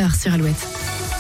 8h sur Alouette.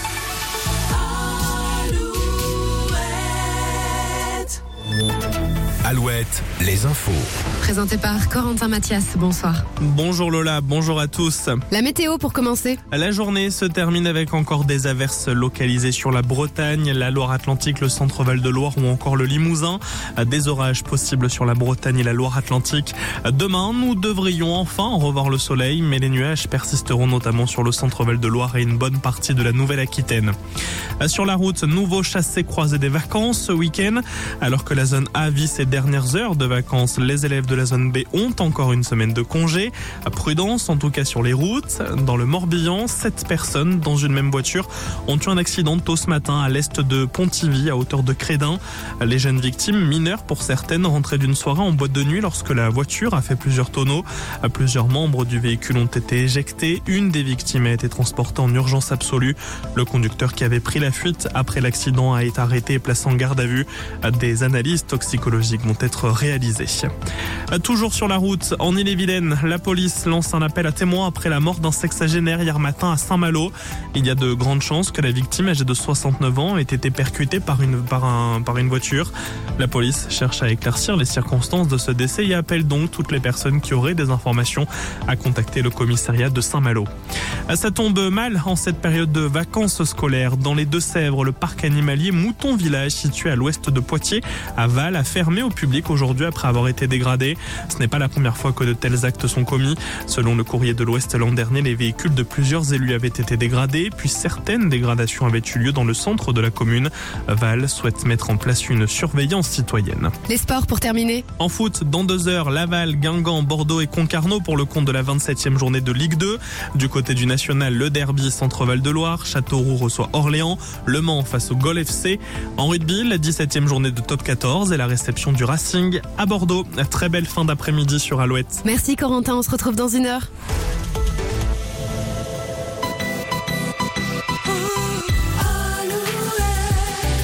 Alouette, les infos. Présenté par Corentin Mathias, bonsoir. Bonjour Lola, bonjour à tous. La météo pour commencer. La journée se termine avec encore des averses localisées sur la Bretagne, la Loire-Atlantique, le centre Val-de-Loire ou encore le Limousin. Des orages possibles sur la Bretagne et la Loire-Atlantique. Demain, nous devrions enfin revoir le soleil, mais les nuages persisteront notamment sur le centre Val-de-Loire et une bonne partie de la Nouvelle-Aquitaine. Sur la route, nouveau chassé-croisé des vacances ce week-end. Alors que la zone A vit ses dernières heures de vacances, les élèves de la zone B ont encore une semaine de congé. Prudence, en tout cas sur les routes. Dans le Morbihan, 7 personnes dans une même voiture ont eu un accident tôt ce matin à l'est de Pontivy, à hauteur de Crédin. Les jeunes victimes, mineures pour certaines, rentraient d'une soirée en boîte de nuit lorsque la voiture a fait plusieurs tonneaux. Plusieurs membres du véhicule ont été éjectés. Une des victimes a été transportée en urgence absolue. Le conducteur qui avait pris la fuite après l'accident a été arrêté et placé en garde à vue. Des analyses toxicologiques vont être réalisées. Toujours sur la route, en Ille-et-Vilaine, la police lance un appel à témoins après la mort d'un sexagénaire hier matin à Saint-Malo. Il y a de grandes chances que la victime, âgée de 69 ans, ait été percutée par une voiture. La police cherche à éclaircir les circonstances de ce décès et appelle donc toutes les personnes qui auraient des informations à contacter le commissariat de Saint-Malo. Ça tombe mal en cette période de vacances scolaires. Dans les Deux-Sèvres, le parc animalier Mouton Village, situé à l'ouest de Poitiers, à Val, a fermé au public aujourd'hui après avoir été dégradé. Ce n'est pas la première fois que de tels actes sont commis. Selon le Courrier de l'Ouest l'an dernier, les véhicules de plusieurs élus avaient été dégradés, puis certaines dégradations avaient eu lieu dans le centre de la commune. Val souhaite mettre en place une surveillance citoyenne. Les sports pour terminer. En foot, dans 2 heures, Laval, Guingamp, Bordeaux et Concarneau pour le compte de la 27e journée de Ligue 2. Du côté du national, le derby Centre Val-de-Loire, Châteauroux reçoit Orléans, Le Mans face au Gol FC. En rugby, la 17e journée de Top 14 et la réception du Racing à Bordeaux. Très belle fin d'après-midi sur Alouette. Merci Corentin, on se retrouve dans 1 heure.